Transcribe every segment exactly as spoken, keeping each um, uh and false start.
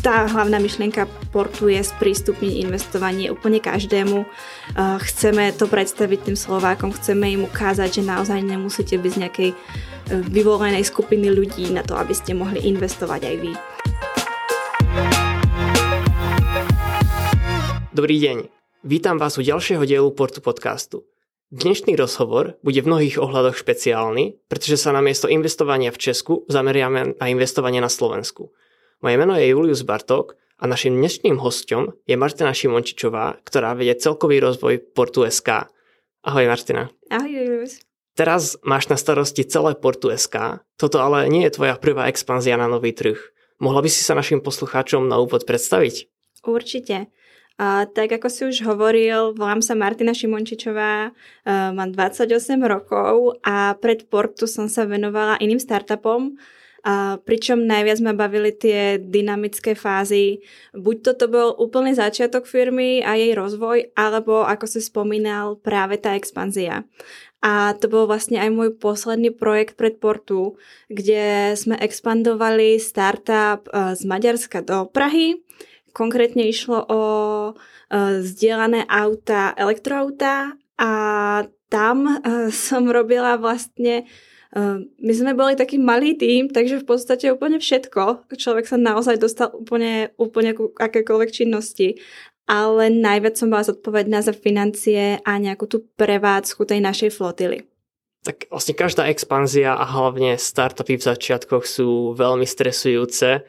tá hlavná myšlienka portu je sprístupniť investovanie úplne každému. Chceme to predstaviť tým Slovákom, chceme im ukázať, že naozaj nemusíte byť z nejakej vyvolenej skupiny ľudí na to, aby ste mohli investovať aj vy. Dobrý deň, vítam vás u ďalšieho dielu Portu podcastu. Dnešný rozhovor bude v mnohých ohľadoch špeciálny, pretože sa namiesto investovania v Česku zameriame na investovanie na Slovensku. Moje meno je Julius Bartók a našim dnešným hosťom je Martina Šimončičová, ktorá vedie celkový rozvoj Portu bodka es ká. Ahoj Martina. Ahoj Julius. Teraz máš na starosti celé Portu bodka es ká, toto ale nie je tvoja prvá expanzia na nový trh. Mohla by si sa našim poslucháčom na úvod predstaviť? Určite. A tak ako si už hovoril, volám sa Martina Šimončičová, uh, mám dvadsaťosem rokov a pred Portu som sa venovala iným startupom, uh, pričom najviac ma bavili tie dynamické fázy. Buď toto bol úplný začiatok firmy a jej rozvoj, alebo ako si spomínal, práve tá expanzia. A to bol vlastne aj môj posledný projekt pred Portu, kde sme expandovali startup uh, z Maďarska do Prahy. Konkrétne išlo o uh, zdieľané auta, elektroauta a tam uh, som robila vlastne, uh, my sme boli taký malý tím, takže v podstate úplne všetko. Človek sa naozaj dostal úplne, úplne ku akékoľvek činnosti, ale najviac som bola zodpovedná za financie a nejakú tú prevádzku tej našej flotily. Tak vlastne každá expanzia a hlavne startupy v začiatkoch sú veľmi stresujúce.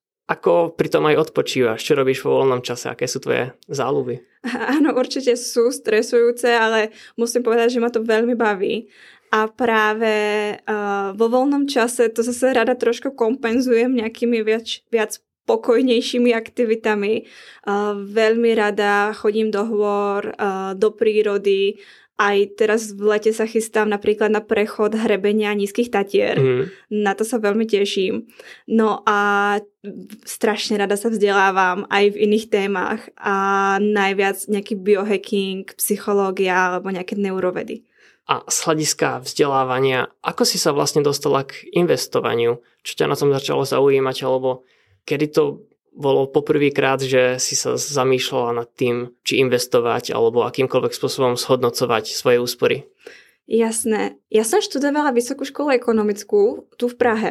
Ako pritom aj odpočívaš? Čo robíš vo voľnom čase? Aké sú tvoje záľuby? Áno, určite sú stresujúce, ale musím povedať, že ma to veľmi baví. A práve uh, vo voľnom čase to zase rada trošku kompenzujem nejakými viac, viac pokojnejšími aktivitami. Uh, veľmi rada chodím do hôr, uh, do prírody. Aj teraz v lete sa chystám napríklad na prechod hrebenia Nízkych Tatier. Mm. Na to sa veľmi teším. No a strašne rada sa vzdelávam aj v iných témach a najviac nejaký biohacking, psychológia alebo nejaké neurovedy. A z hľadiska vzdelávania, ako si sa vlastne dostala k investovaniu? Čo ťa na tom začalo zaujímať? Alebo kedy to bolo poprvýkrát, že si sa zamýšľala nad tým, či investovať alebo akýmkoľvek spôsobom zhodnocovať svoje úspory? Jasné. Ja som študovala vysokú školu ekonomickú tu v Prahe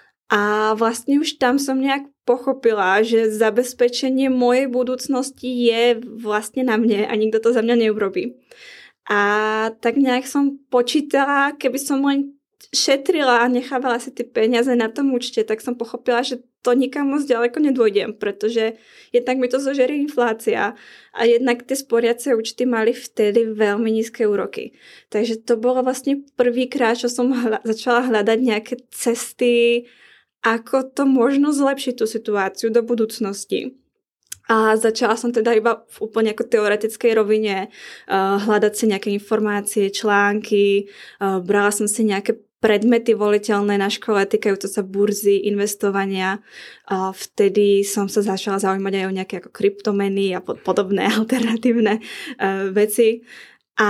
a vlastne už tam som nejak pochopila, že zabezpečenie mojej budúcnosti je vlastne na mne a nikto to za mňa neurobí. A tak nejak som počítala, keby som len šetrila a nechávala si tie peniaze na tom účte, tak som pochopila, že to nikam moc ďaleko nedôjdem, pretože jednak mi to zožerie inflácia a jednak tie sporiace účty mali vtedy veľmi nízke úroky. Takže to bolo vlastne prvýkrát, čo som hľa- začala hľadať nejaké cesty, ako to možno zlepšiť tú situáciu do budúcnosti. A začala som teda iba v úplne ako teoretickej rovine uh, hľadať si nejaké informácie, články, uh, brala som si nejaké predmety voliteľné na škole týkajúce sa burzy, investovania. A vtedy som sa začala zaujímať aj o nejaké ako kryptomeny a podobné alternatívne uh, veci. A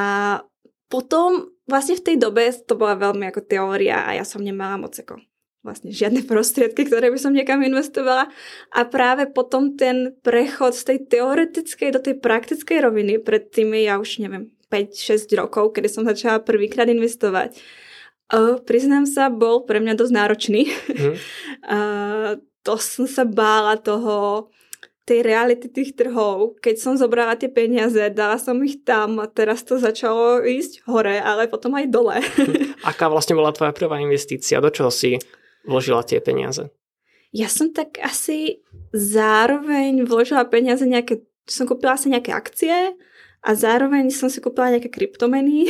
potom vlastne v tej dobe to bola veľmi ako teória a ja som nemala moc ako vlastne žiadne prostriedky, ktoré by som niekam investovala. A práve potom ten prechod z tej teoretickej do tej praktickej roviny pred tými, ja už neviem, päť šesť rokov, kedy som začala prvýkrát investovať, Uh, priznám sa, bol pre mňa dosť náročný. Mm. uh, to som sa bála toho, tej reality tých trhov. Keď som zobrala tie peniaze, dala som ich tam a teraz to začalo ísť hore, ale potom aj dole. Aká vlastne bola tvoja prvá investícia? Do čoho si vložila tie peniaze? Ja som tak asi zároveň vložila peniaze nejaké, som kúpila asi nejaké akcie a zároveň som si kúpila nejaké kryptomeny.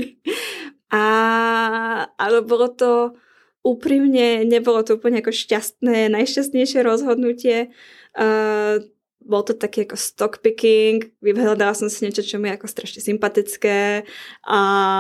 A, ale bolo to úprimne, nebolo to úplne ako šťastné, najšťastnejšie rozhodnutie. Uh, bol to taký ako stock picking, vyhľadala som si niečo, čo mi je ako strašne sympatické a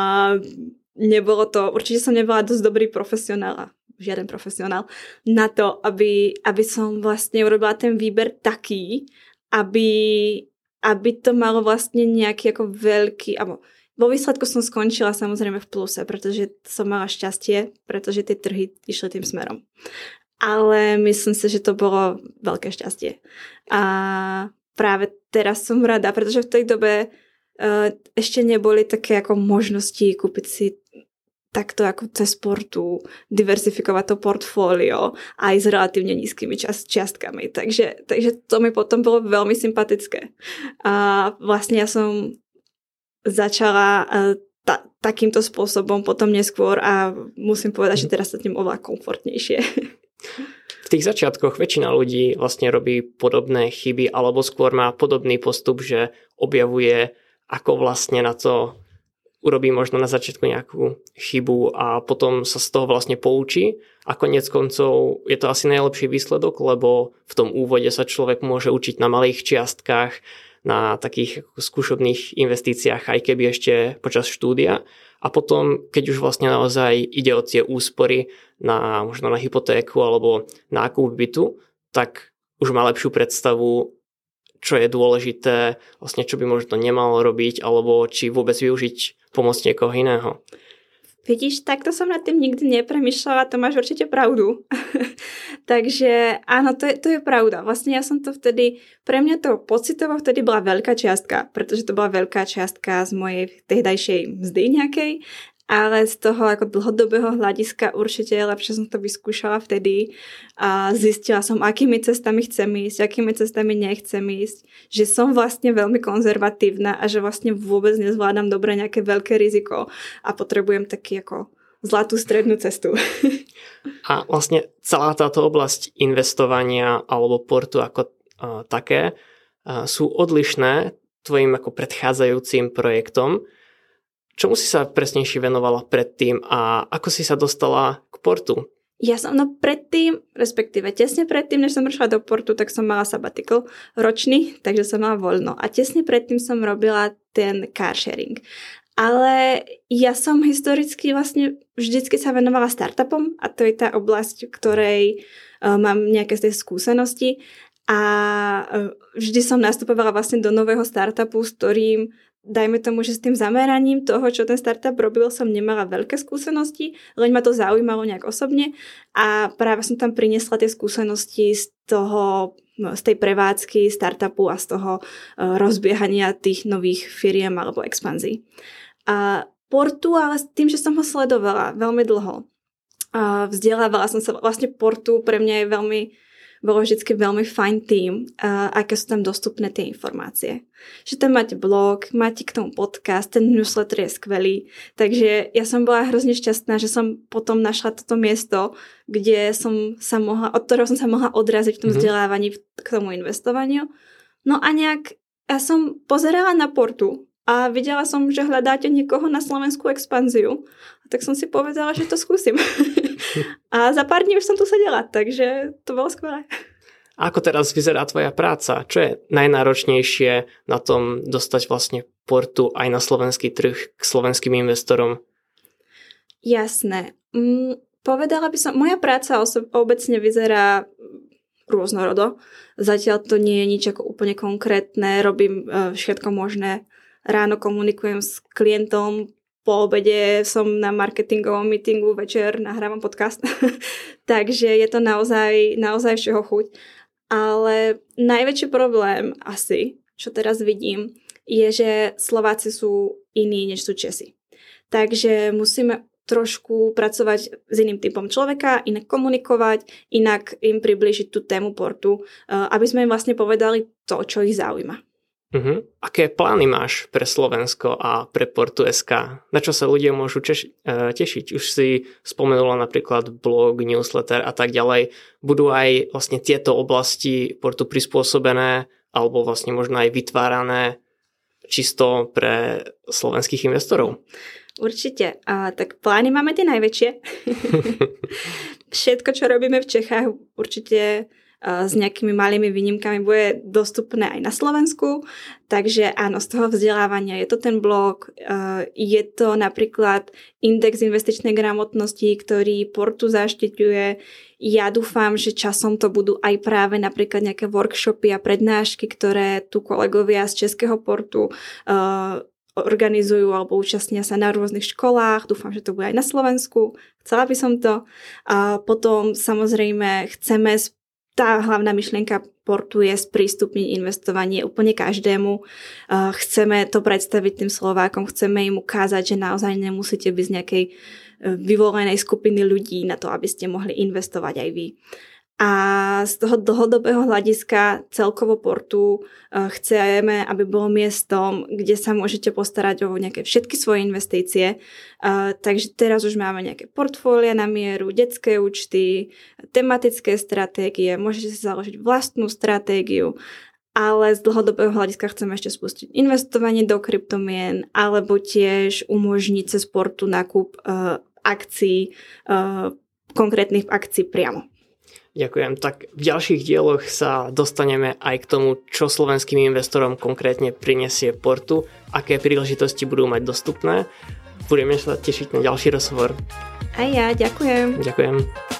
nebolo to, určite som nebola dosť dobrý profesionál, žiaden profesionál, na to, aby, aby som vlastne urobila ten výber taký, aby, aby to malo vlastne nejaký ako veľký, alebo vo výsledku som skončila samozrejme v pluse, pretože som mala šťastie, pretože tie trhy išli tým smerom. ale myslím si, že to bolo veľké šťastie. A práve teraz som rada, pretože v tej dobe uh, ešte neboli také ako možnosti kúpiť si takto ako cez sportu, diversifikovať to portfólio aj s relatívne nízkymi čas, čiastkami. Takže, takže to mi potom bolo veľmi sympatické. A vlastne ja som začala ta, takýmto spôsobom potom neskôr a musím povedať, že teraz sa tým oveľa komfortnejšie. V tých začiatkoch väčšina ľudí vlastne robí podobné chyby alebo skôr má podobný postup, že objavuje, ako vlastne na to urobí možno na začiatku nejakú chybu a potom sa z toho vlastne poučí a koniec koncov je to asi najlepší výsledok, lebo v tom úvode sa človek môže učiť na malých čiastkách, na takých skúšobných investíciách, aj keby ešte počas štúdia. A potom, keď už vlastne naozaj ide o tie úspory na možno na hypotéku alebo nákup bytu, tak už má lepšiu predstavu, čo je dôležité, vlastne čo by možno nemalo robiť, alebo či vôbec využiť pomoc niekoho iného. Vidíš, takto som nad tým nikdy nepremýšľala, to máš určite pravdu. Takže áno, to je, to je pravda. Vlastne ja som to vtedy, pre mňa to pocitovo vtedy bola veľká čiastka, pretože to bola veľká čiastka z mojej tehdajšej mzdy nejakej, ale z toho ako dlhodobého hľadiska určite je lepšie som to vyskúšala vtedy a zistila som, akými cestami chcem ísť, akými cestami nechcem ísť, že som vlastne veľmi konzervatívna a že vlastne vôbec nezvládam dobre nejaké veľké riziko a potrebujem taký ako zlatú strednú cestu. A vlastne celá táto oblasť investovania alebo portu ako uh, také uh, sú odlišné tvojim ako predchádzajúcim projektom. Čomu si sa presnejšie venovala predtým a ako si sa dostala k portu? Ja som no predtým, respektíve tesne predtým, než som prišla do portu, tak som mala sabbatical ročný, takže som mala voľno. A tesne predtým som robila ten car sharing. Ale ja som historicky vlastne vždycky sa venovala startupom a to je tá oblasť, v ktorej uh, mám nejaké z tej skúsenosti a uh, vždy som nastupovala vlastne do nového startupu, s ktorým dajme tomu, že s tým zameraním toho, čo ten startup robil, som nemala veľké skúsenosti, len ma to zaujímalo nejak osobne a práve som tam priniesla tie skúsenosti z toho, z tej prevádzky startupu a z toho rozbiehania tých nových firiem alebo expanzií. A portu, ale s tým, že som ho sledovala veľmi dlho. A vzdelávala som sa, vlastne portu pre mňa je veľmi bolo vždycky veľmi fajn tým, uh, aké sú tam dostupné tie informácie. Že tam máte blog, máte k tomu podcast, ten newsletter je skvelý. Takže ja som bola hrozne šťastná, že som potom našla toto miesto, kde som sa mohla, od ktorého som sa mohla odraziť v tom mm-hmm. vzdelávaní k tomu investovaniu. No a nejak ja som pozerala na portu a videla som, že hľadáte niekoho na slovenskú expanziu. A tak som si povedala, že to skúsim. A za pár dní už som tu sedela, takže to bolo skvelé. A ako teraz vyzerá tvoja práca? Čo je najnáročnejšie na tom dostať vlastne portu aj na slovenský trh k slovenským investorom? Jasné. Mm, povedala by som, moja práca osob- obecne vyzerá rôznorodo. Zatiaľ to nie je nič ako úplne konkrétne. Robím uh, všetko možné. Ráno komunikujem s klientom, po obede som na marketingovom meetingu, večer nahrávam podcast. Takže je to naozaj, naozaj všeho chuť. Ale najväčší problém asi, čo teraz vidím, je, že Slováci sú iní, než sú Česi. Takže musíme trošku pracovať s iným typom človeka, inak komunikovať, inak im priblížiť tú tému portu, aby sme im vlastne povedali to, čo ich zaujíma. Uh-huh. Aké plány máš pre Slovensko a pre Portu bodka es ká? Na čo sa ľudia môžu češ- tešiť? Už si spomenula napríklad blog, newsletter a tak ďalej. Budú aj vlastne tieto oblasti portu prispôsobené alebo vlastne možno aj vytvárané čisto pre slovenských investorov? Určite. A, tak plány máme tie najväčšie. Všetko, čo robíme v Čechách, určite s nejakými malými výnimkami bude dostupné aj na Slovensku. Takže áno, z toho vzdelávania je to ten blog, je to napríklad index investičnej gramotnosti, ktorý portu zaštiťuje. Ja dúfam, že časom to budú aj práve napríklad nejaké workshopy a prednášky, ktoré tu kolegovia z Českého portu organizujú alebo účastnia sa na rôznych školách. Dúfam, že to bude aj na Slovensku. Chcela by som to. A potom samozrejme chceme, tá hlavná myšlienka portu je sprístupniť investovanie úplne každému. Chceme to predstaviť tým Slovákom, chceme im ukázať, že naozaj nemusíte byť z nejakej vyvolenej skupiny ľudí na to, aby ste mohli investovať aj vy. A z toho dlhodobého hľadiska celkovo portu chceme, aby bolo miestom, kde sa môžete postarať o nejaké všetky svoje investície. Takže teraz už máme nejaké portfólia na mieru, detské účty, tematické stratégie, môžete si založiť vlastnú stratégiu, ale z dlhodobého hľadiska chceme ešte spustiť investovanie do kryptomien alebo tiež umožniť cez portu nákup akcií, konkrétnych akcií priamo. Ďakujem. Tak v ďalších dieloch sa dostaneme aj k tomu, čo slovenským investorom konkrétne prinesie portu, aké príležitosti budú mať dostupné. Budeme sa tešiť na ďalší rozhovor. A ja, ďakujem. Ďakujem.